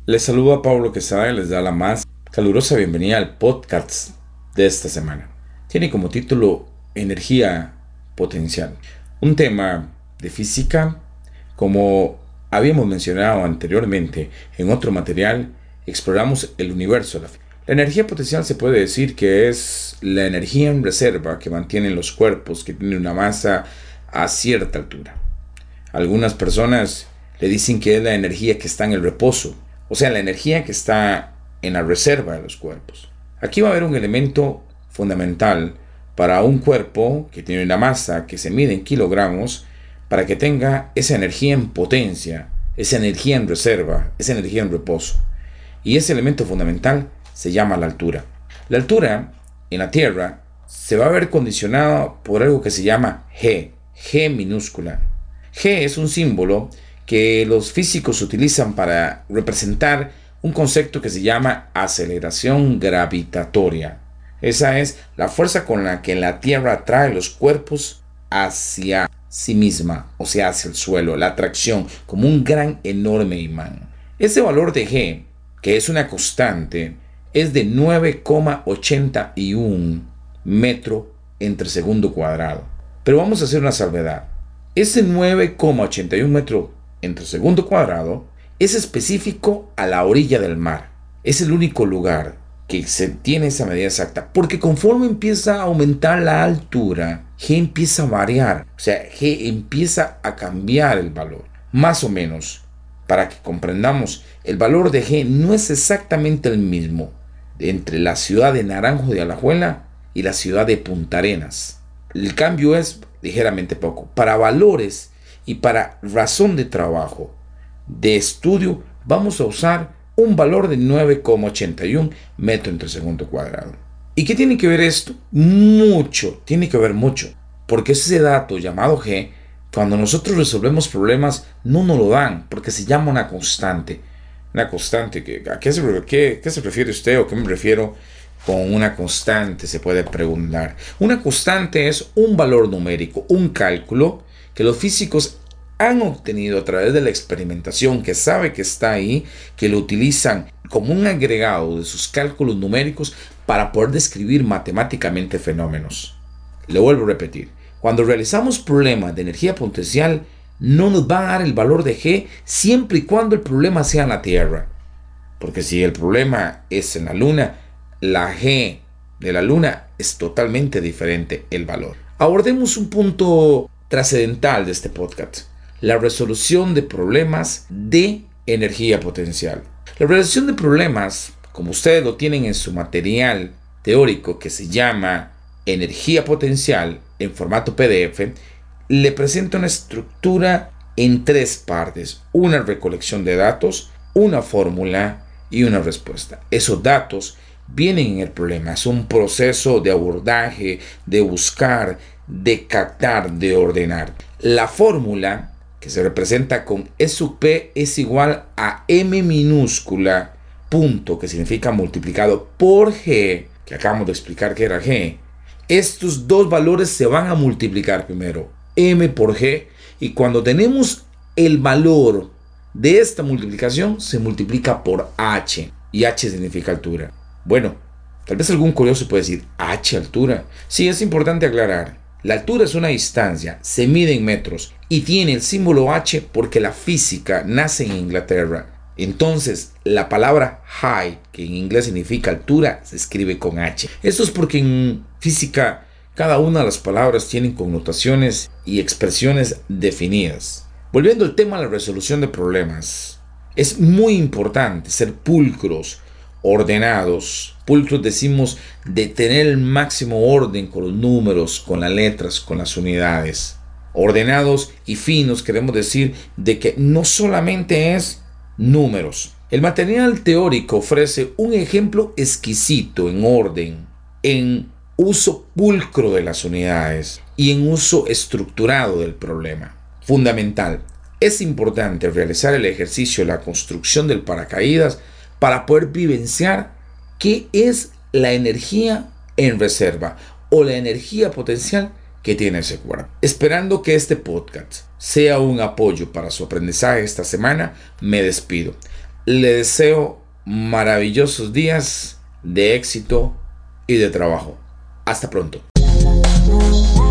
Les saluda Pablo Quesada y les da la más calurosa bienvenida al podcast de esta semana. Tiene como título Energía Potencial. Un tema de física, como habíamos mencionado anteriormente en otro material, exploramos el universo. La energía potencial se puede decir que es la energía en reserva que mantienen los cuerpos que tienen una masa a cierta altura. Algunas personas le dicen que es la energía que está en el reposo, o sea, la energía que está en la reserva de los cuerpos. Aquí va a haber un elemento fundamental para un cuerpo que tiene una masa que se mide en kilogramos, para que tenga esa energía en potencia, esa energía en reserva, esa energía en reposo. Y ese elemento fundamental se llama la altura. La altura en la Tierra se va a ver condicionada por algo que se llama G minúscula. G es un símbolo que los físicos utilizan para representar un concepto que se llama aceleración gravitatoria. Esa es la fuerza con la que la Tierra atrae los cuerpos hacia sí misma, o sea, hacia el suelo, la atracción, como un gran enorme imán. Ese valor de G, que es una constante, es de 9,81 metro entre segundo cuadrado. Pero vamos a hacer una salvedad. Ese 9,81 metro entre segundo cuadrado es específico a la orilla del mar. Es el único lugar que se tiene esa medida exacta, porque conforme empieza a aumentar la altura, G empieza a variar, o sea, G empieza a cambiar el valor. Más o menos, para que comprendamos, el valor de G no es exactamente el mismo entre la ciudad de Naranjo de Alajuela y la ciudad de Punta Arenas. El cambio es ligeramente poco. Para valores y para razón de trabajo, de estudio, vamos a usar un valor de 9,81 metros entre segundo cuadrado. ¿Y qué tiene que ver esto? Mucho, tiene que ver mucho. Porque ese dato llamado G, cuando nosotros resolvemos problemas, no nos lo dan, porque se llama una constante. Una constante, ¿a qué se refiere usted o qué me refiero con una constante? Se puede preguntar. Una constante es un valor numérico, un cálculo que los físicos han obtenido a través de la experimentación, que sabe que está ahí, que lo utilizan como un agregado de sus cálculos numéricos para poder describir matemáticamente fenómenos. Le vuelvo a repetir, cuando realizamos problemas de energía potencial, no nos va a dar el valor de G siempre y cuando el problema sea en la Tierra. Porque si el problema es en la Luna, la G de la Luna es totalmente diferente el valor. Abordemos un punto trascendental de este podcast: la resolución de problemas de energía potencial. La resolución de problemas, como ustedes lo tienen en su material teórico que se llama Energía Potencial en formato PDF, le presenta una estructura en tres partes: una recolección de datos, una fórmula y una respuesta. Esos datos vienen en el problema, es un proceso de abordaje, de buscar, de captar, de ordenar. La fórmula, que se representa con E sub P, es igual a M minúscula, punto, que significa multiplicado por G, que acabamos de explicar que era G. Estos dos valores se van a multiplicar primero, M por G, y cuando tenemos el valor de esta multiplicación, se multiplica por H, y H significa altura. Bueno, tal vez algún curioso puede decir, ¿H altura? Sí, es importante aclarar. La altura es una distancia, se mide en metros y tiene el símbolo H porque la física nace en Inglaterra. Entonces, la palabra height, que en inglés significa altura, se escribe con H. Esto es porque en física cada una de las palabras tienen connotaciones y expresiones definidas. Volviendo al tema de la resolución de problemas, es muy importante ser pulcros, ordenados. Pulcros decimos de tener el máximo orden con los números, con las letras, con las unidades. Ordenados y finos queremos decir de que no solamente es números. El material teórico ofrece un ejemplo exquisito en orden, en uso pulcro de las unidades y en uso estructurado del problema. Fundamental. Es importante realizar el ejercicio de la construcción del paracaídas para poder vivenciar qué es la energía en reserva o la energía potencial que tiene ese cuerpo. Esperando que este podcast sea un apoyo para su aprendizaje esta semana, me despido. Le deseo maravillosos días de éxito y de trabajo. Hasta pronto.